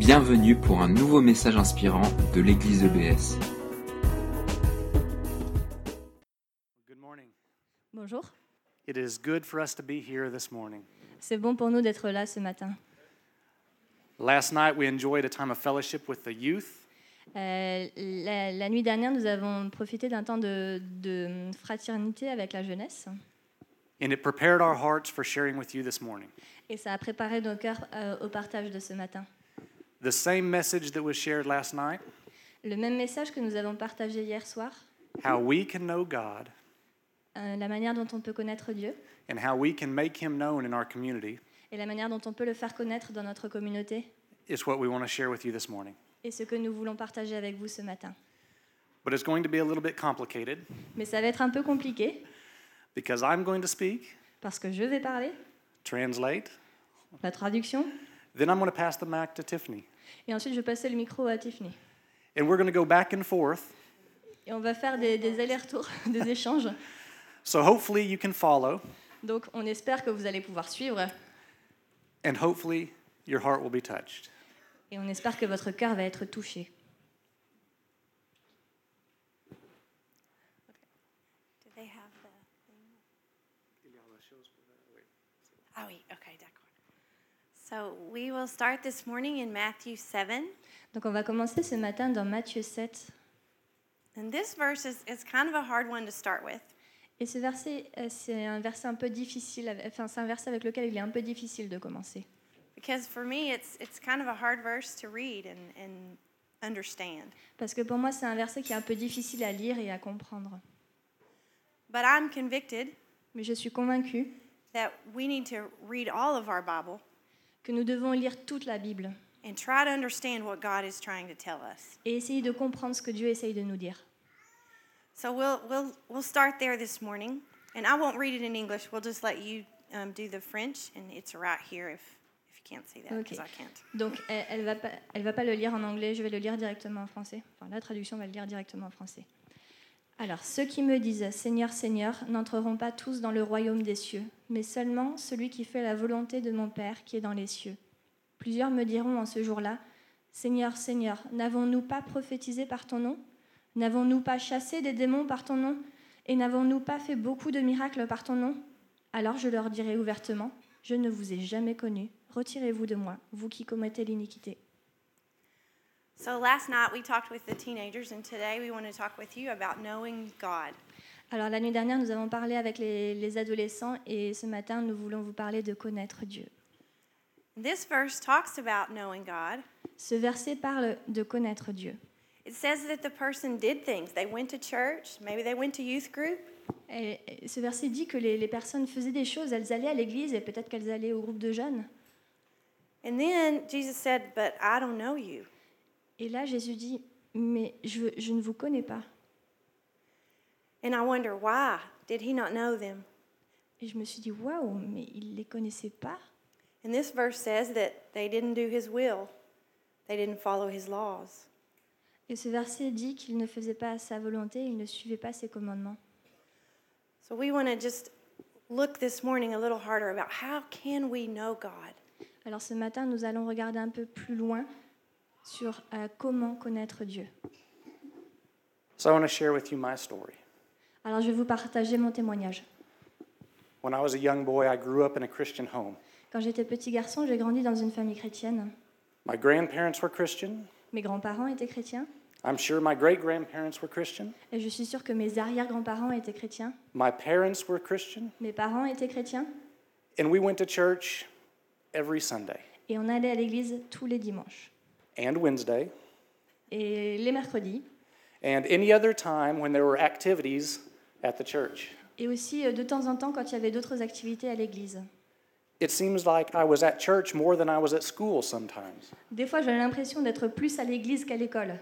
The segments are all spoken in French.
Bienvenue pour un nouveau message inspirant de l'Église EBS. Good morning. Bonjour, It is good for us to be here this morning. c'est bon pour nous d'être là ce matin. Last night we enjoyed a time of fellowship with the youth, La nuit dernière, nous avons profité d'un temps de fraternité avec la jeunesse and it prepared our hearts for sharing with you this morning. et ça a préparé nos cœurs au partage de ce matin. The same message that was shared last night, Le même message que nous avons partagé hier soir, how we can know God la manière dont on peut connaître Dieu and how we can make Him known in our community, et la manière dont on peut le faire connaître dans notre communauté is what we want to share with you this morning. et ce que nous voulons partager avec vous ce matin. But it's going to be a little bit complicated Mais ça va être un peu compliqué because I'm going to speak, parce que je vais parler, translate, la traduction, then I'm going to pass the mic to Tiffany. et ensuite je vais passer le micro à Tiffany. And we're going to go back and forth, Et on va faire des allers-retours, des échanges. so hopefully you can follow Donc on espère que vous allez pouvoir suivre and hopefully your heart will be touched. et on espère que votre cœur va être touché. Do they have the thing? Ah oui, okay, d'accord. So we will start this morning in Matthew 7. Donc on va commencer ce matin dans Matthieu 7. And this verse is kind of a hard one to start with. Et ce verset, c'est un verset un peu difficile, enfin c'est un verset avec lequel il est un peu difficile de commencer. Because for me, it's kind of a hard verse to read and understand. Parce que pour moi, c'est un verset qui est un peu difficile à lire et à comprendre. But I'm convicted Mais je suis convaincue that we need to read all of our Bible que nous devons lire toute la Bible and try to understand what God is trying to tell us. et essayer de comprendre ce que Dieu essaye de nous dire. So we'll start there this morning, and I won't read it in English. We'll just let you do the French, and it's right here if you can't see that, because Okay. I can't. Donc elle va pas le lire en anglais, je vais le lire directement en français. Enfin, la traduction va le lire directement en français. Alors, ceux qui me disent « Seigneur, Seigneur » n'entreront pas tous dans le royaume des cieux, mais seulement celui qui fait la volonté de mon Père qui est dans les cieux. Plusieurs me diront en ce jour-là « Seigneur, Seigneur, n'avons-nous pas prophétisé par ton nom ? N'avons-nous pas chassé des démons par ton nom ? Et n'avons-nous pas fait beaucoup de miracles par ton nom ? Alors je leur dirai ouvertement « Je ne vous ai jamais connu. Retirez-vous de moi, vous qui commettez l'iniquité. » So last night we talked with the teenagers, and today we want to talk with you about knowing God. Alors la nuit dernière, nous avons parlé avec les adolescents et ce matin, nous voulons vous parler de connaître Dieu. This verse talks about knowing God. Ce verset parle de connaître Dieu. It says that the person did things. They went to church, maybe they went to youth group, Et ce verset dit que les personnes faisaient des choses, elles allaient à l'église et peut-être qu'elles allaient au groupe de jeunes. and then Jesus said, "But I don't know you." Et là, Jésus dit, mais je ne vous connais pas. And I wonder, why did he not know them? Et je me suis dit, waouh, mais il ne les connaissait pas. And this verse says that they didn't do his will. They didn't follow his laws. Et ce verset dit qu'il ne faisait pas sa volonté, il ne suivait pas ses commandements. So we want to just look this morning a little harder about how can we know God? Alors ce matin, nous allons regarder un peu plus loin sur comment connaître Dieu. So I want to share with you my story. Alors je vais vous partager mon témoignage. When I was a young boy, I grew up in a Christian home. Quand j'étais petit garçon, j'ai grandi dans une famille chrétienne. My grandparents were Christian. Mes grands-parents étaient chrétiens I'm sure my great-grandparents were Christian. et je suis sûre que mes arrière-grands-parents étaient chrétiens. My parents were Christian. Mes parents étaient chrétiens And we went to church every Sunday et on allait à l'église tous les dimanches and Wednesday et les mercredis and any other time when there were activities at the church. et aussi de temps en temps quand il y avait d'autres activités à l'église. It seems like I was at church more than I was at school sometimes. Des fois, j'avais l'impression d'être plus à l'église qu'à l'école,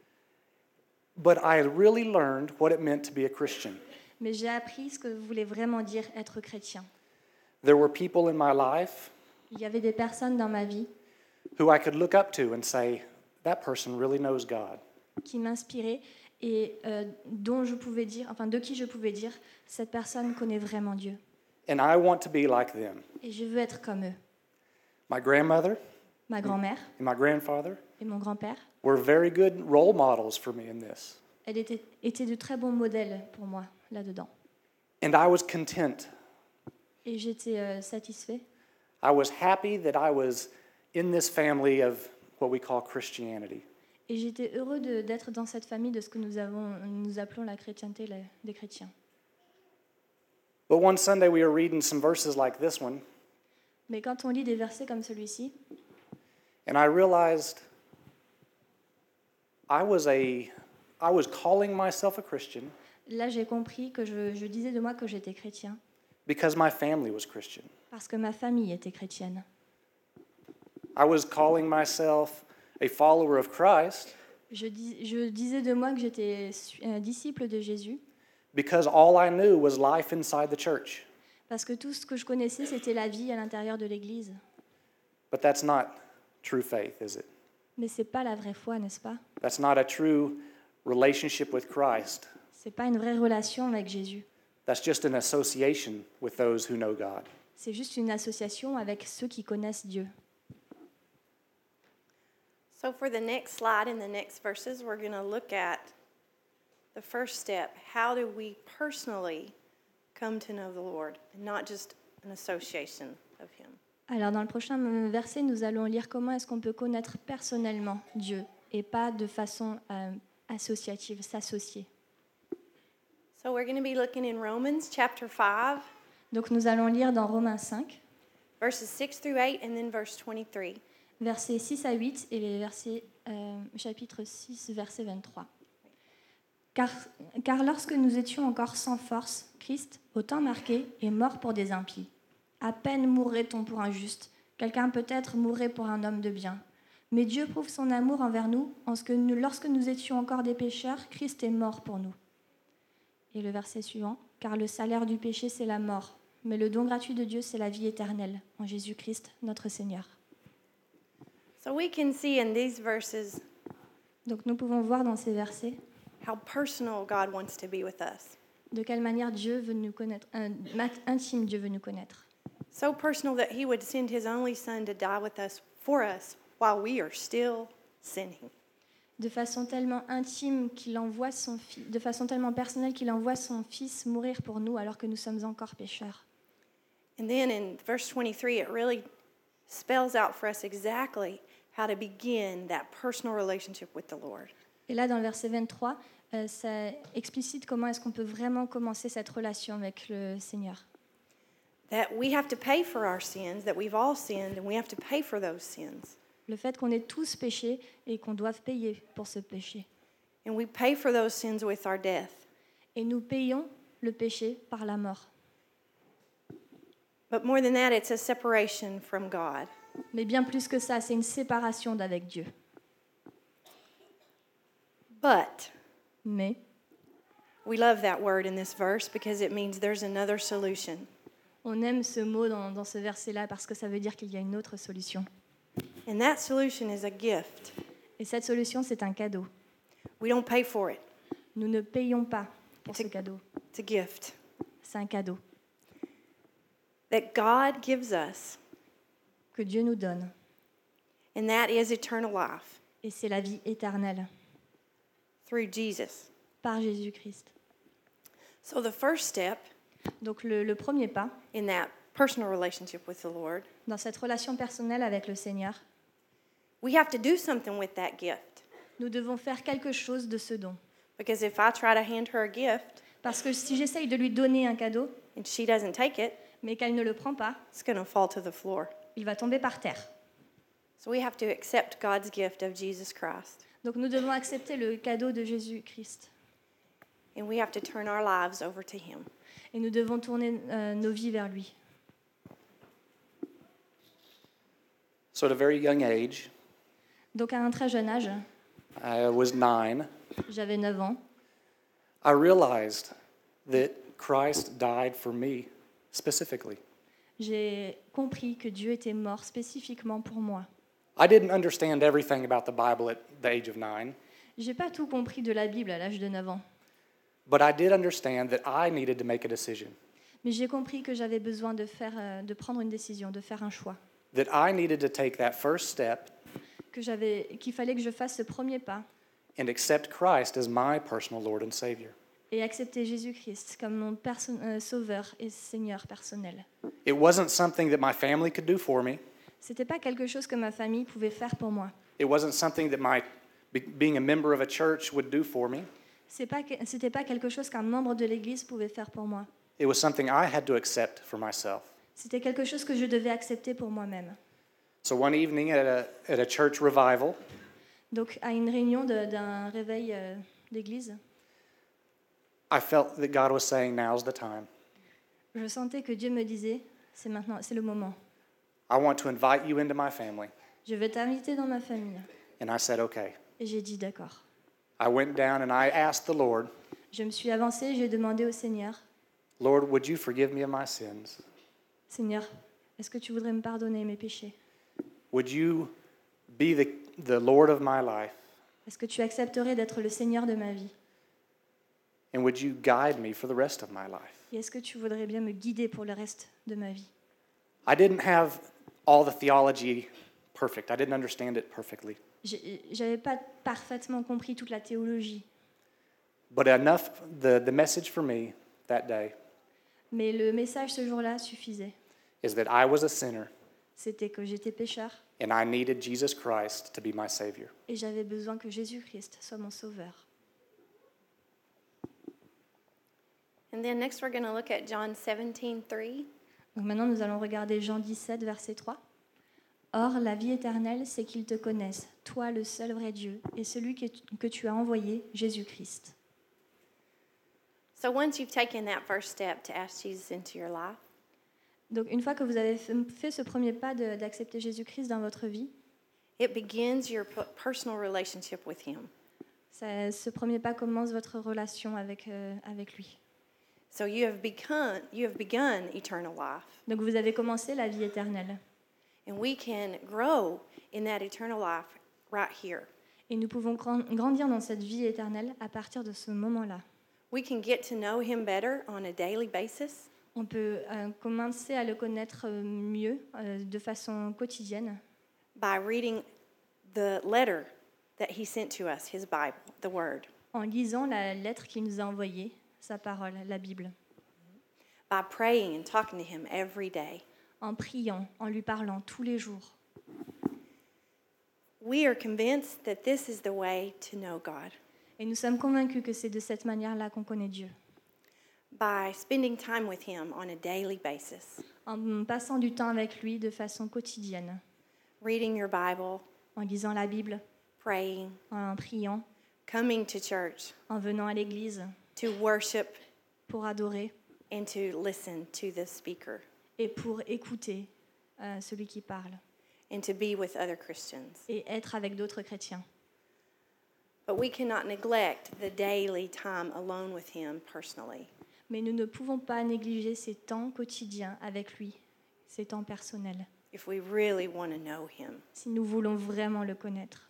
But I really learned what it meant to be a Christian. mais j'ai appris ce que voulait vraiment dire être chrétien. There were people in my life Il y avait des personnes dans ma vie who I could look up to and say, that person really knows God. qui m'inspiraient et dont je pouvais dire, enfin de qui je pouvais dire, cette personne connaît vraiment Dieu. And I want to be like them. Et je veux être comme eux. My grandmother, Ma grand-mère and my grandfather et mon grand-père, were very good role models for me in this. elles étaient de très bons modèles pour moi là-dedans. And I was content. Et j'étais satisfait. I was happy that I was in this family of what we call Christianity. Et j'étais heureux d'être dans cette famille de ce que nous appelons la chrétienté des chrétiens. But one Sunday we were reading some verses like this one, Mais quand on lit des versets comme celui-ci, and I realized I was calling myself a Christian là j'ai compris que je disais de moi que j'étais chrétien because my family was Christian. parce que ma famille était chrétienne. I was calling myself a follower of Christ Je disais de moi que j'étais disciple de Jésus because all I knew was life inside the church. parce que tout ce que je connaissais, c'était la vie à l'intérieur de l'Église. But that's not true faith, is it? Mais ce n'est pas la vraie foi, n'est-ce pas? That's not a true relationship with Christ. Ce n'est pas une vraie relation avec Jésus. That's just an association with those who know God. C'est juste une association avec ceux qui connaissent Dieu. So for the next slide and the next verses, we're going to look at the first step. How do we personally come to know the Lord, and not just an association of Him? Alors dans le prochain verset, nous allons lire comment est-ce qu'on peut connaître personnellement Dieu et pas de façon associative, s'associer. So we're going to be looking in Romans chapter 5, Donc nous allons lire dans Romains 5, verses 6 through 8, and then verse 23. versets 6 à 8 et les versets, chapitre 6, verset 23. Car lorsque nous étions encore sans force, Christ, au temps marqué, est mort pour des impies. À peine mourrait-on pour un juste, quelqu'un peut-être mourrait pour un homme de bien. Mais Dieu prouve son amour envers nous, en ce que lorsque nous étions encore des pécheurs, Christ est mort pour nous. Et le verset suivant, car le salaire du péché, c'est la mort, mais le don gratuit de Dieu, c'est la vie éternelle, en Jésus-Christ, notre Seigneur. So we can see in these verses Donc nous pouvons voir dans ces versets how personal God wants to be with us. de quelle manière Dieu veut nous connaître, intime Dieu veut nous connaître. So personal that He would send His only Son to die with us, for us, while we are still sinning. De façon tellement intime qu'il envoie son fils, de façon tellement personnelle qu'il envoie son fils mourir pour nous alors que nous sommes encore pécheurs. And then in verse 23, it really spells out for us exactly how to begin that personal relationship with the Lord. Et là, dans le verset 23, ça explicite comment est-ce qu'on peut vraiment commencer cette relation avec le Seigneur. That we have to pay for our sins, that we've all sinned, and we have to pay for those sins. Le fait qu'on ait tous péché et qu'on doive payer pour ce péché. And we pay for those sins with our death. Et nous payons le péché par la mort. But more than that, it's a separation from God. Mais bien plus que ça, c'est une séparation d'avec Dieu. But Mais we love that word in this verse because it means there's another solution. on aime ce mot dans ce verset-là parce que ça veut dire qu'il y a une autre solution. And that solution is a gift. Et cette solution, c'est un cadeau. We don't pay for it. Nous ne payons pas pour ce cadeau. It's a gift C'est un cadeau that God gives us, que Dieu nous donne. and that is eternal life Et c'est la vie éternelle through Jesus. par Jésus-Christ. So the first step Donc le premier pas in that personal relationship with the Lord, dans cette relation personnelle avec le Seigneur, we have to do something with that gift. nous devons faire quelque chose de ce don. Because if I try to hand her a gift Parce que si j'essaye de lui donner un cadeau, and she doesn't take it, mais qu'elle ne le prend pas, it's going to fall to the floor. il va tomber par terre. So we have to accept God's gift of Jesus Christ. Donc nous devons accepter le cadeau de Jésus-Christ. And we have to turn our lives over to Him. Et nous devons tourner nos vies vers lui. So at a very young age, Donc à un très jeune âge, I was 9, j'avais 9 ans, I realized that Christ died for me specifically. j'ai compris que Dieu était mort spécifiquement pour moi. I didn't understand everything about the Bible at the age of 9, J'ai pas tout compris de la Bible à l'âge de 9 ans, but I did understand that I needed to make a decision, mais j'ai compris que j'avais besoin de prendre une décision, de faire un choix. that I needed to take that first step qu'il fallait que je fasse ce premier pas and accept Christ as my personal Lord and Savior. et accepter Jésus-Christ comme mon sauveur et Seigneur personnel. It wasn't something that my family could do for me. C'était pas quelque chose que ma famille pouvait faire pour moi. It wasn't something that being a member of a church would do for me. C'était pas quelque chose qu'un membre de l'Église pouvait faire pour moi. It was something I had to accept for myself. C'était quelque chose que je devais accepter pour moi-même. So one evening at a church revival, Donc, à une réunion d'un réveil d'église, I felt that God was saying, now's the time. je sentais que Dieu me disait, c'est maintenant, c'est le moment. I want to invite you into my family. Je vais t'inviter dans ma famille. And I said, okay. Et j'ai dit d'accord. I went down and I asked the Lord, Je me suis avancée, j'ai demandé au Seigneur, Lord, would you forgive me of my sins? Seigneur, est-ce que tu voudrais me pardonner mes péchés? Would you be the Lord of my life? Est-ce que tu accepterais d'être le Seigneur de ma vie? And would you guide me for the rest of my life? Et est-ce que tu voudrais bien me guider pour le reste de ma vie? I didn't have all the theology perfect. I didn't understand it perfectly. J'avais pas parfaitement compris toute la théologie, But enough, the message for me that day mais le message ce jour-là suffisait. is that I was a sinner C'était que j'étais pécheur and I needed Jesus Christ to be my Savior. et j'avais besoin que Jésus-Christ soit mon sauveur. And then next we're going to look at John 17:3. Donc maintenant, nous allons regarder Jean 17, verset 3. Or, la vie éternelle, c'est qu'ils te connaissent, toi le seul vrai Dieu, et celui que tu as envoyé, Jésus-Christ. So once you've taken that first step to ask Jesus into your life, Donc une fois que vous avez fait ce premier pas d'accepter Jésus-Christ dans votre vie, it begins your personal relationship with him. ce premier pas commence votre relation avec lui. So you have begun eternal life. Donc vous avez commencé la vie éternelle. And we can grow in that eternal life right here. Et nous pouvons grandir dans cette vie éternelle à partir de ce moment-là. We can get to know him better on a daily basis On peut commencer à le connaître mieux de façon quotidienne by reading the letter that he sent to us, his Bible, the Word, en lisant la lettre qu'il nous a envoyée, sa parole, la Bible, by praying and talking to him every day. en priant, en lui parlant tous les jours. We are convinced that this is the way to know God, Et nous sommes convaincus que c'est de cette manière-là qu'on connaît Dieu, by spending time with him on a daily basis, en passant du temps avec lui de façon quotidienne, reading your Bible, en lisant la Bible, praying, en priant, coming to church en venant à l'église to worship pour adorer and to listen to the speaker et pour écouter celui qui parle and to be with other Christians. et être avec d'autres chrétiens. But we cannot neglect the daily time alone with him personally. Mais nous ne pouvons pas négliger ces temps quotidiens avec lui, ces temps personnels, If we really want to know him. si nous voulons vraiment le connaître.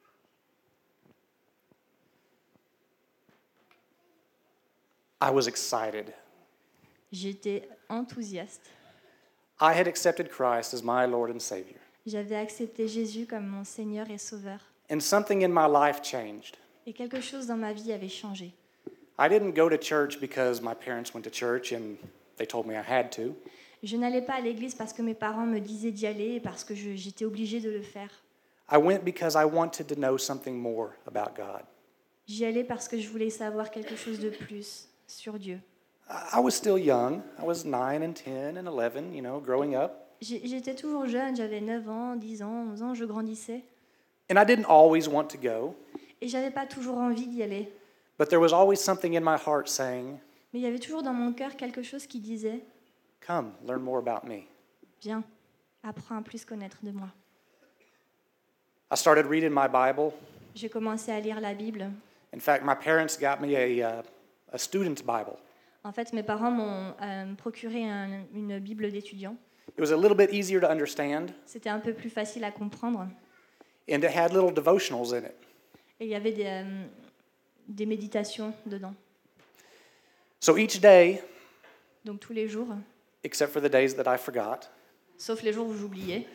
I was excited. J'étais enthousiaste. I had accepted Christ as my Lord and Savior. J'avais accepté Jésus comme mon Seigneur et Sauveur. And something in my life changed. Et quelque chose dans ma vie avait changé. I didn't go to church because my parents went to church and they told me I had to. Je n'allais pas à l'église parce que mes parents me disaient d'y aller et parce que j'étais obligée de le faire. I went because I wanted to know something more about God. J'y allais parce que je voulais savoir quelque chose de plus sur Dieu. I was still young. I was 9 and 10 and 11, growing up. J'étais toujours jeune, j'avais 9 ans, 10 ans, 11 ans, je grandissais. And I didn't always want to go, Et j'avais pas toujours envie d'y aller. but there was always something in my heart saying, Mais il y avait toujours dans mon cœur quelque chose qui disait « come, learn more about me. Viens, apprends à plus connaître de moi. I started reading my Bible. » J'ai commencé à lire la Bible. In fact, my parents got me a student's Bible. En fait, mes parents m'ont procuré une Bible d'étudiant. It was a little bit easier to understand, C'était un peu plus facile à comprendre. and it had little devotionals in it. Et il y avait des méditations dedans. So each day, Donc tous les jours, except for the days that I forgot, sauf les jours où j'oubliais,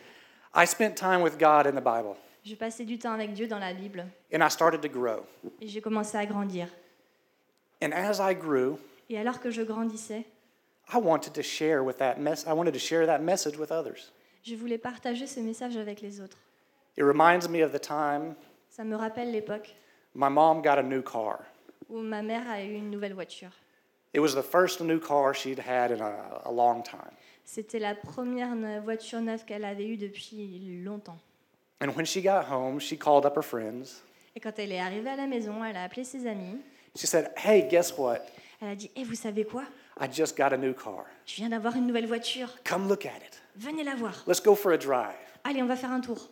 I spent time with God in the Bible, Je passais du temps avec Dieu dans la Bible and I started to grow. et j'ai commencé à grandir. And as I grew, Et alors que je grandissais, I wanted to share that message with others. je voulais partager ce message avec les autres. It reminds me of the time Ça me rappelle l'époque my mom got a new car. où ma mère a eu une nouvelle voiture. It was the first new car she'd had in a long time. C'était la première voiture neuve qu'elle avait eue depuis longtemps. And when she got home, she called up her friends. Et quand elle est arrivée à la maison, elle a appelé ses amis. She said, "Hey, guess what? Elle a dit « vous savez quoi? I just got a new car. Je viens d'avoir une nouvelle voiture. Come look at it. Venez la voir. Let's go for a drive." Allez, on va faire un tour.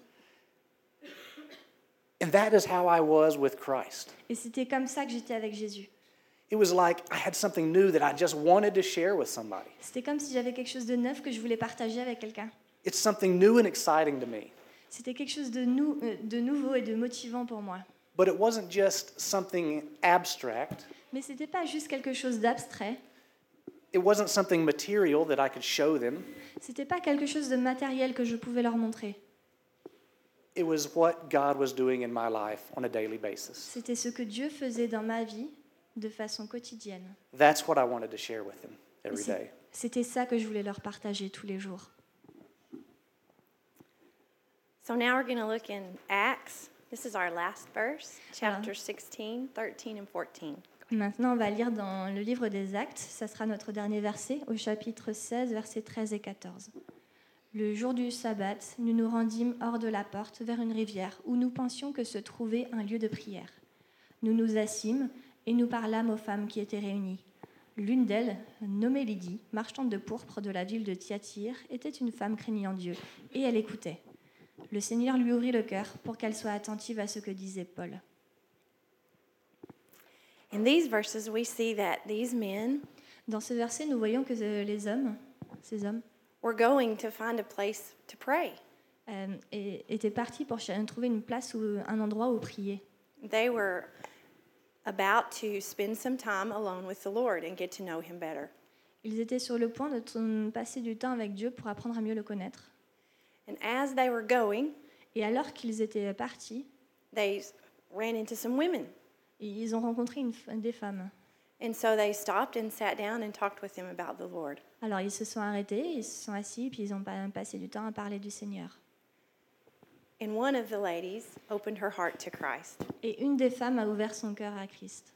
And that is how I was with Christ. Et c'était comme ça que j'étais avec Jésus. It was like I had something new that I just wanted to share with somebody. C'était comme si j'avais quelque chose de neuf que je voulais partager avec quelqu'un. It's something new and exciting to me. C'était quelque chose de nouveau et de motivant pour moi. But it wasn't just something abstract. Mais c'était pas juste quelque chose d'abstrait. It wasn't something material that I could show them. C'était pas quelque chose de matériel que je pouvais leur montrer. It was what God was doing in my life on a daily basis. C'était ce que Dieu faisait dans ma vie de façon quotidienne. That's what I wanted to share with them every day. C'était ça que je voulais leur partager tous les jours. So now we're going to look in Acts. This is our last verse, chapter 16, 13, and 14. Maintenant, on va lire dans le livre des Actes, ça sera notre dernier verset, au chapitre 16, versets 13 et 14. Le jour du sabbat, nous nous rendîmes hors de la porte vers une rivière où nous pensions que se trouvait un lieu de prière. Nous nous assîmes et nous parlâmes aux femmes qui étaient réunies. L'une d'elles, nommée Lydie, marchande de pourpre de la ville de Thyatire, était une femme craignant Dieu, et elle écoutait. Le Seigneur lui ouvrit le cœur pour qu'elle soit attentive à ce que disait Paul. In these verses, we see that these men Dans ce verset, nous voyons que ces hommes, were going to find a place to pray. étaient partis pour trouver une place ou un endroit où prier. They were about to spend some time alone with the Lord and get to know Him better. Ils étaient sur le point de passer du temps avec Dieu pour apprendre à mieux le connaître. And as they were going, Et alors qu'ils étaient partis, they ran into some women. ils ont rencontré des femmes. And so they stopped and sat down and talked with them about the Lord. Alors ils se sont arrêtés, ils se sont assis, puis ils ont passé du temps à parler du Seigneur. And one of the ladies opened her heart to Christ. Et une des femmes a ouvert son cœur à Christ.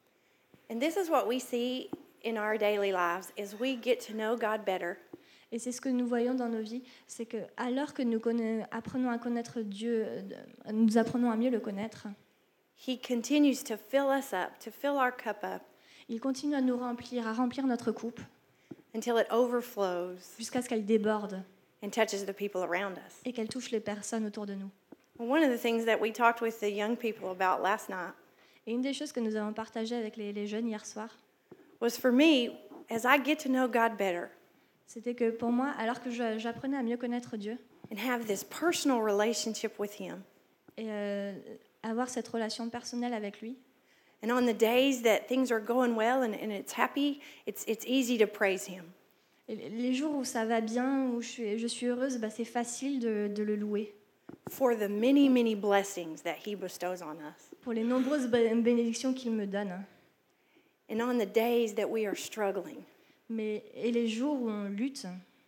And this is what we see in our daily lives as we get to know God better. Et c'est ce que nous voyons dans nos vies, c'est que alors que nous apprenons à connaître Dieu, nous apprenons à mieux le connaître, He continues to fill us up, to fill our cup up il continue à nous remplir, à remplir notre coupe, until it overflows jusqu'à ce qu'elle déborde and touches the people around us. et qu'elle touche les personnes autour de nous. One of the things that we talked with the young people about last night Et une des choses que nous avons partagées avec les jeunes hier soir, was for me, as I get to know God better c'était que pour moi, alors que j'apprenais à mieux connaître Dieu and have this personal relationship with Him, et avoir cette relation personnelle avec lui, and on the days that things are going well and it's happy, it's easy to praise Him. et les jours où ça va bien, où je suis heureuse, c'est facile de le louer For the many, many blessings that He bestows on us. pour les nombreuses bénédictions qu'il me donne. And on the days that we are struggling, Et les jours où on lutte,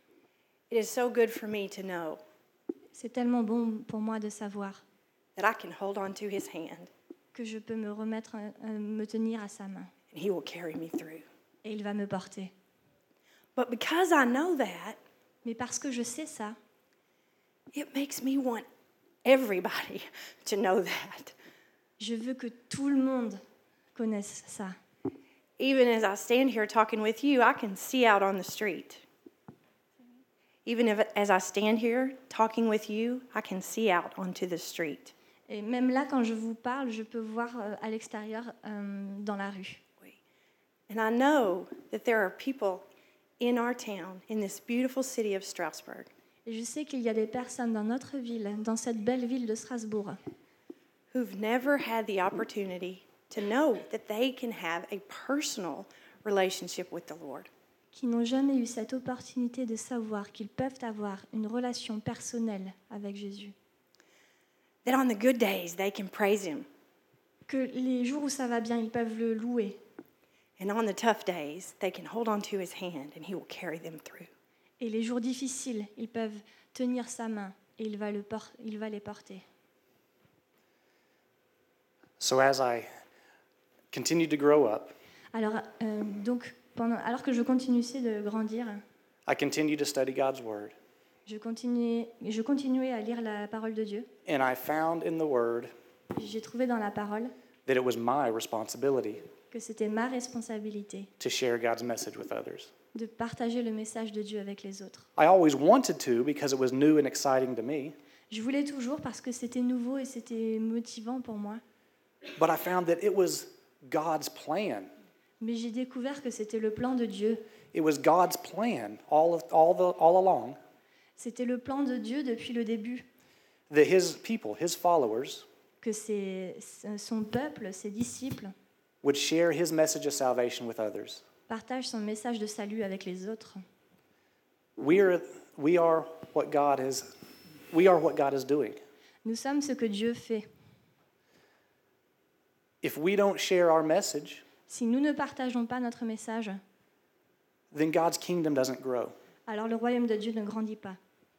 it is so good for me to know c'est tellement bon pour moi de savoir that I can hold on to His hand que je peux me tenir à sa main and He will carry me through. et il va me porter. But because I know that, Mais parce que je sais ça, it makes me want everybody to know that. je veux que tout le monde connaisse ça. Even as I stand here talking with you, I can see out on the street. Even as I stand here talking with you, I can see out onto the street. Et même là, quand je vous parle, je peux voir à l'extérieur dans la rue. And I know that there are people in our town, in this beautiful city of Strasbourg, Et je sais qu'il y a des personnes dans notre ville, dans cette belle ville de Strasbourg, who've never had the opportunity to know that they can have a personal relationship with the Lord. qui n'ont jamais eu cette opportunité de savoir qu'ils peuvent avoir une relation personnelle avec Jésus. That on the good days, they can praise Him. Que les jours où ça va bien, ils peuvent le louer. And on the tough days, they can hold on to His hand and He will carry them through. Et les jours difficiles, ils peuvent tenir sa main et il va les porter. So as I continue to grow up, Alors, alors que je continuais de grandir, I continue to study God's Word. je continuais à lire la parole de Dieu. And I found in the Word J'ai trouvé dans la parole that it was my responsibility que c'était ma responsabilité to share God's message with others. de partager le message de Dieu avec les autres. I always wanted to because it was new and exciting to me, Je voulais toujours parce que c'était nouveau et c'était motivant pour moi. but I found that it was God's plan. Mais j'ai découvert que c'était le plan de Dieu. It was God's plan all along C'était le plan de Dieu depuis le début. that His people, His followers, Que son peuple, ses disciples, would share His message of salvation with others. partagent son message de salut avec les autres. We are what God is doing. Nous sommes ce que Dieu fait. If we don't share our message, Si nous ne partageons pas notre message, then God's kingdom doesn't grow. alors le royaume de Dieu ne grandit pas.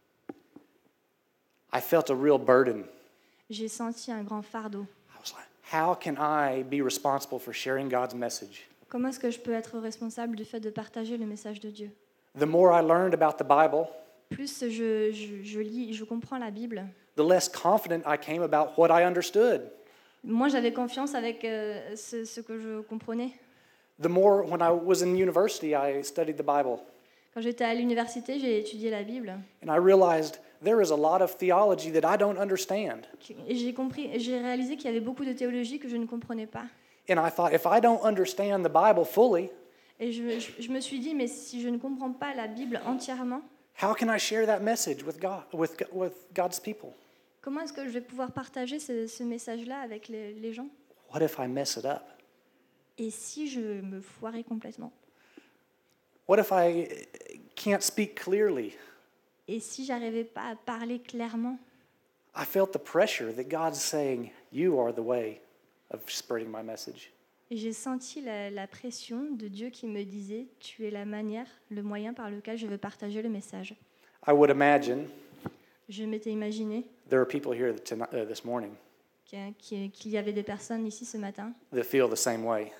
I felt a real burden. J'ai senti un grand fardeau. I was like, how can I be responsible for sharing God's message? Comment est-ce que je peux être responsable du fait de partager le message de Dieu? The more I learned about the Bible, Plus je lis, je comprends la Bible, the less confident I came about what I understood. moi j'avais confiance avec ce que je comprenais. The more, when I was in university, I studied the Bible. Quand j'étais à l'université, j'ai étudié la Bible. And I realized there is a lot of theology that I don't understand. Et j'ai réalisé qu'il y avait beaucoup de théologie que je ne comprenais pas. And I thought, if I don't understand the Bible fully, Et je me suis dit, mais si je ne comprends pas la Bible entièrement, how can I share that message with God's people? comment est-ce que je vais pouvoir partager ce message-là avec les gens? What if I mess it up? Et si je me foirais complètement? What if I can't speak clearly? Et si j'arrivais pas à parler clairement? I felt the pressure that God's saying, you are the way of spreading my message. Et j'ai senti la pression de Dieu qui me disait, tu es la manière, le moyen par lequel je veux partager le message. I would imagine Je m'étais imaginé there are people here this morning qu'il y avait des personnes ici ce matin that feel the same way.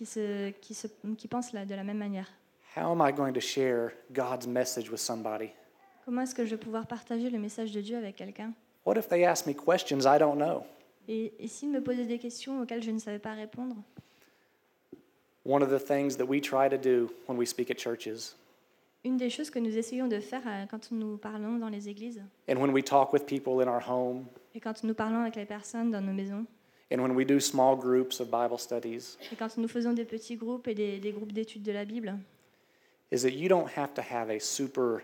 qui pensent de la même manière. How am I going to share God's message with somebody? Comment est-ce que je vais pouvoir partager le message de Dieu avec quelqu'un? What if they ask me questions I don't know? Et s'il me posait des questions auxquelles je ne savais pas répondre? One of the things that we try to do when we speak at churches Une des choses que nous essayons de faire quand nous parlons dans les églises and when we talk with people in our home et quand nous parlons avec les personnes dans nos maisons and when we do small groups of Bible studies et quand nous faisons des petits groupes et des groupes d'études de la Bible, is that you don't have to have a super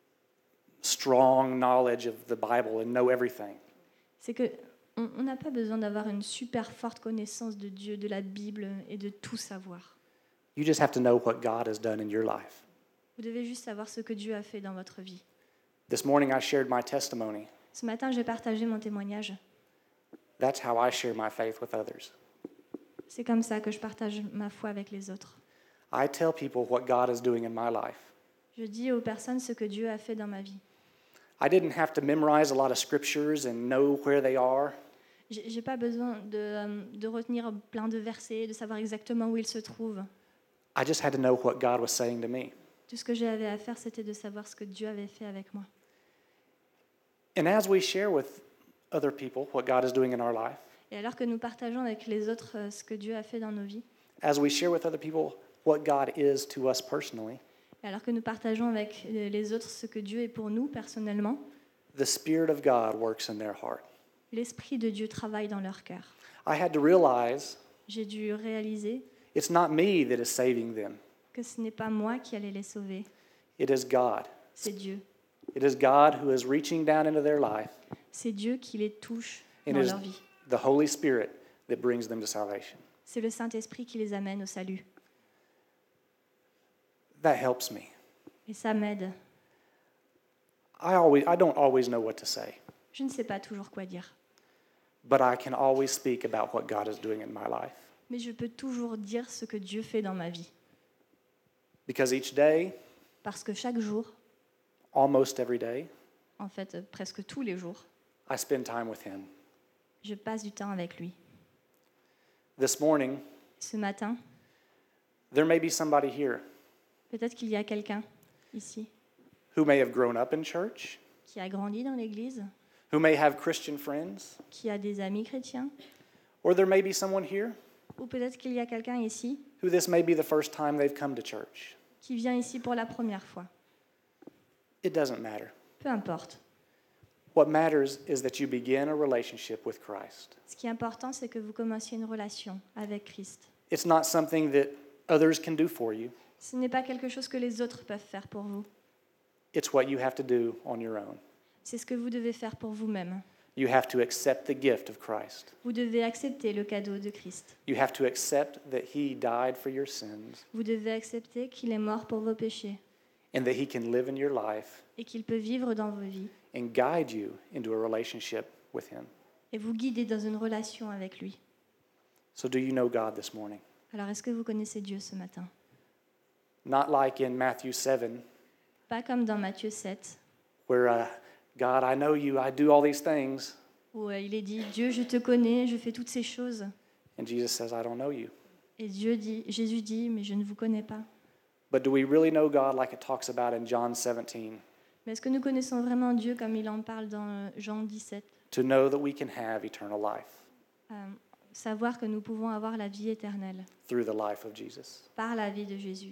strong knowledge of the Bible and know everything. c'est que on n'a pas besoin d'avoir une super forte connaissance de Dieu, de la Bible et de tout savoir. You just have to know what God has done in your life. Vous devez juste savoir ce que Dieu a fait dans votre vie. This morning I shared my testimony. Ce matin, j'ai partagé mon témoignage. That's how I share my faith with others. C'est comme ça que je partage ma foi avec les autres. I tell people what God is doing in my life. Je dis aux personnes ce que Dieu a fait dans ma vie. I didn't have to memorize a lot of scriptures and know where they are. J'ai pas besoin de retenir plein de versets, de savoir exactement où ils se trouvent. I just had to know what God was saying to me. Tout ce que j'avais à faire, c'était de savoir ce que Dieu avait fait avec moi. And as we share with other people what God is doing in our life, Et alors que nous partageons avec les autres ce que Dieu a fait dans nos vies, as we share with other people what God is to us personally, et alors que nous partageons avec les autres ce que Dieu est pour nous personnellement, the Spirit of God works in their heart. l'Esprit de Dieu travaille dans leur cœur. I had to realize J'ai dû réaliser it's not me that is saving them. que ce n'est pas moi qui allais les sauver, It is God. c'est Dieu. It is God who is reaching down into their life, C'est Dieu qui les touche and dans it is leur vie. the Holy Spirit that brings them to salvation. C'est le Saint-Esprit qui les amène au salut. That helps me. Et ça m'aide. I don't always know what to say, Je ne sais pas toujours quoi dire. but I can always speak about what God is doing in my life. Mais je peux toujours dire ce que Dieu fait dans ma vie. Because each day, Parce que chaque jour, almost every day, en fait presque tous les jours, I spend time with Him. je passe du temps avec lui. This morning, Ce matin, there may be somebody here peut-être qu'il y a quelqu'un ici who may have grown up in church, qui a grandi dans l'Église, who may have Christian friends, qui a des amis chrétiens, or there may be someone here ou peut-être qu'il y a quelqu'un ici who this may be the first time they've come to church. qui vient ici pour la première fois. It doesn't matter. Peu importe. What matters is that you begin a relationship with Christ. Ce qui est important, c'est que vous commenciez une relation avec Christ. It's not something that others can do for you. Ce n'est pas quelque chose que les autres peuvent faire pour vous. It's what you have to do on your own. C'est ce que vous devez faire pour vous-même. You have to accept the gift of Christ. Vous devez accepter le cadeau de Christ. You have to accept that He died for your sins Vous devez accepter qu'il est mort pour vos péchés and that He can live in your life et qu'il peut vivre dans vos vies and guide you into a relationship with Him. et vous guider dans une relation avec lui. So, do you know God this morning? Alors, est-ce que vous connaissez Dieu ce matin? Not like in Matthew 7, Pas comme dans Matthieu 7, where God, I know you, I do all these things. où il est dit « Dieu, je te connais, je fais toutes ces choses And Jesus says, I don't know you. ». Et Jésus dit « Mais je ne vous connais pas ». But do we really know God like it talks about in John 17? Mais est-ce que nous connaissons vraiment Dieu comme il en parle dans Jean 17 ? To know that we can have eternal life Savoir que nous pouvons avoir la vie éternelle through the life of Jesus. par la vie de Jésus.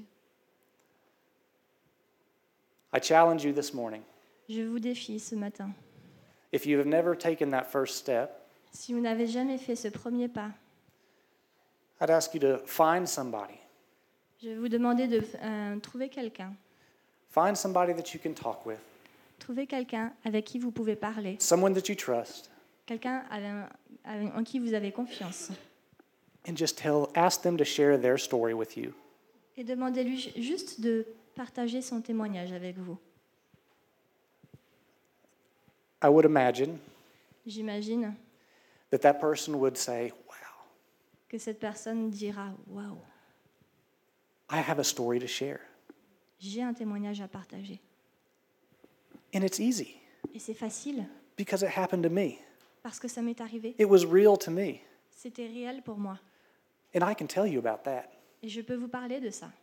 I challenge you this morning. Je vous défie ce matin. If you have never taken that first step, Si vous n'avez jamais fait ce premier pas, I'd ask you to find somebody. je vais vous demander de trouver quelqu'un. Find somebody that you can talk with, Trouvez quelqu'un avec qui vous pouvez parler, someone that you trust, quelqu'un en qui vous avez confiance. and just ask them to share their story with you. Et demandez-lui juste de partager son témoignage avec vous. I would imagine J'imagine that person would say, wow, que cette personne dira « Waouh, I have a story to share. j'ai un témoignage à partager. And it's easy » Et c'est facile, because it happened to me. parce que ça m'est arrivé. It was real to me. C'était réel pour moi. And I can tell you about that. Et je peux vous parler de ça.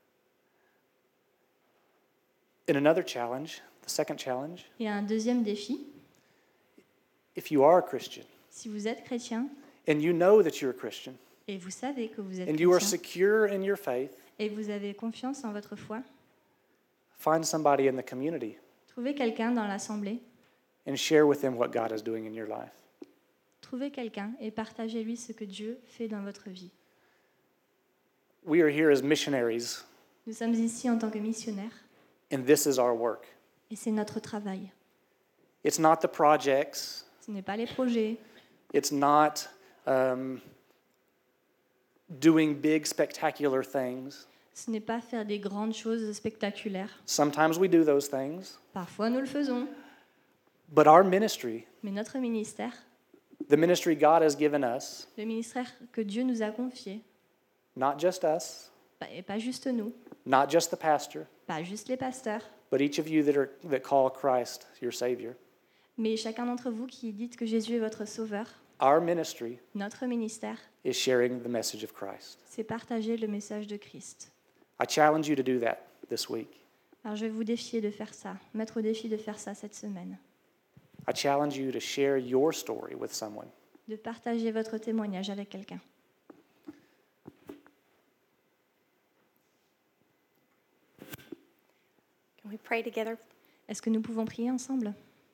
In another challenge, the second challenge, Et un deuxième défi, if you are a Christian si vous êtes chrétien and you know that you're a Christian et vous savez que vous êtes and you are chrétien secure in your faith, et vous avez confiance en votre foi, find somebody in the community trouvez quelqu'un dans l'assemblée, and share with them what God is doing in your life. trouvez quelqu'un et partagez-lui ce que Dieu fait dans votre vie. We are here as missionaries, Nous sommes ici en tant que missionnaires and this is our work. et c'est notre travail. It's not the projects, Ce n'est pas les projets, it's not doing big, spectacular things. ce n'est pas faire des grandes choses spectaculaires. Sometimes we do those things, Parfois nous le faisons, but our ministry, mais notre ministère, the ministry God has given us, le ministère que Dieu nous a confié, not just us, et pas juste nous, not just the pastor, pas juste les pasteurs, but each of you that call Christ your Savior. mais chacun d'entre vous qui dites que Jésus est votre sauveur, Our ministry notre ministère, is sharing the message of Christ. c'est partager le message de Christ. I challenge you to do that this week. Alors je vais vous défier de faire ça, mettre au défi de faire ça cette semaine, I challenge you to share your story with someone. de partager votre témoignage avec quelqu'un. Can we pray together? Est-ce que nous pouvons prier ensemble?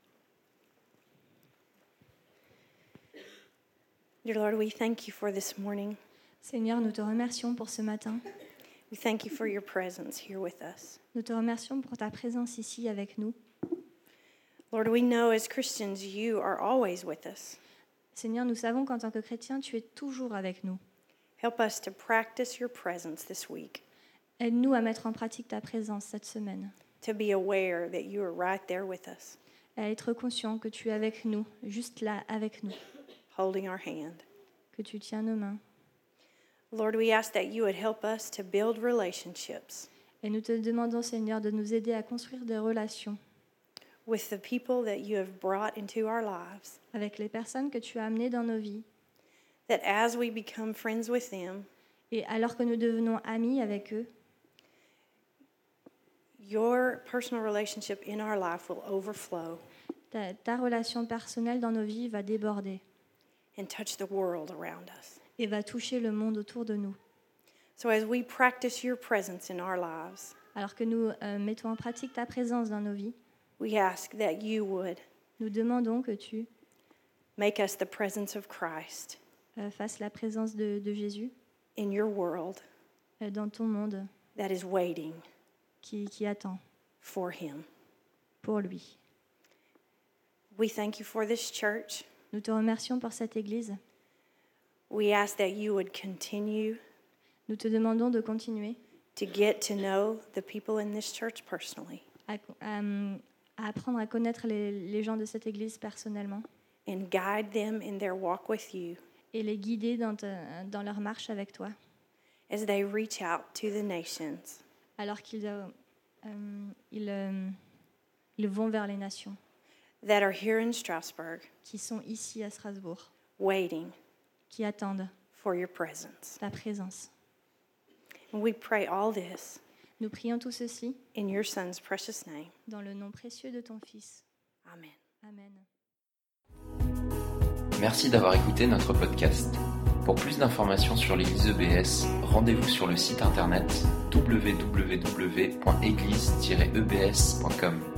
Dear Lord, we thank you for this morning. Seigneur, nous te remercions pour ce matin. We thank you for your presence here with us. Nous te remercions pour ta présence ici avec nous. Lord, we know as Christians you are always with us. Seigneur, nous savons qu'en tant que chrétiens, tu es toujours avec nous. Help us to practice your presence this week. Aide-nous à mettre en pratique ta présence cette semaine, to be aware that you are right there with us, à être conscient que tu es avec nous, juste là avec nous, holding our hand. que tu tiens nos mains. Lord, we ask that you would help us to build relationships Et nous te demandons, Seigneur, de nous aider à construire des relations with the people that you have brought into our lives, avec les personnes que tu as amenées dans nos vies. that as we become friends with them, Et alors que nous devenons amis avec eux, your personal relationship in our life will overflow ta relation personnelle dans nos vies va déborder and touch the world around us. et va toucher le monde autour de nous. So as we practice your presence in our lives, Alors que nous mettons en pratique ta présence dans nos vies, we ask that you would nous demandons que tu make us the presence of Christ fasses la présence de Jésus in your world dans ton monde that is waiting qui attend for him. pour lui. We thank you for this church. Nous te remercions pour cette Église. We ask that you would continue Nous te demandons de continuer to get to know the people in this church personally à apprendre à connaître les gens de cette Église personnellement and guide them in their walk with you et les guider dans leur marche avec toi, as they reach out to the nations. alors qu'ils ils vont vers les nations That are here in Strasbourg, qui sont ici à Strasbourg, waiting qui attendent for your presence. ta présence. And we pray all this Nous prions tout ceci in your Son's precious name. dans le nom précieux de ton Fils. Amen. Amen. Merci d'avoir écouté notre podcast. Pour plus d'informations sur l'Église EBS, rendez-vous sur le site internet www.église-ebs.com.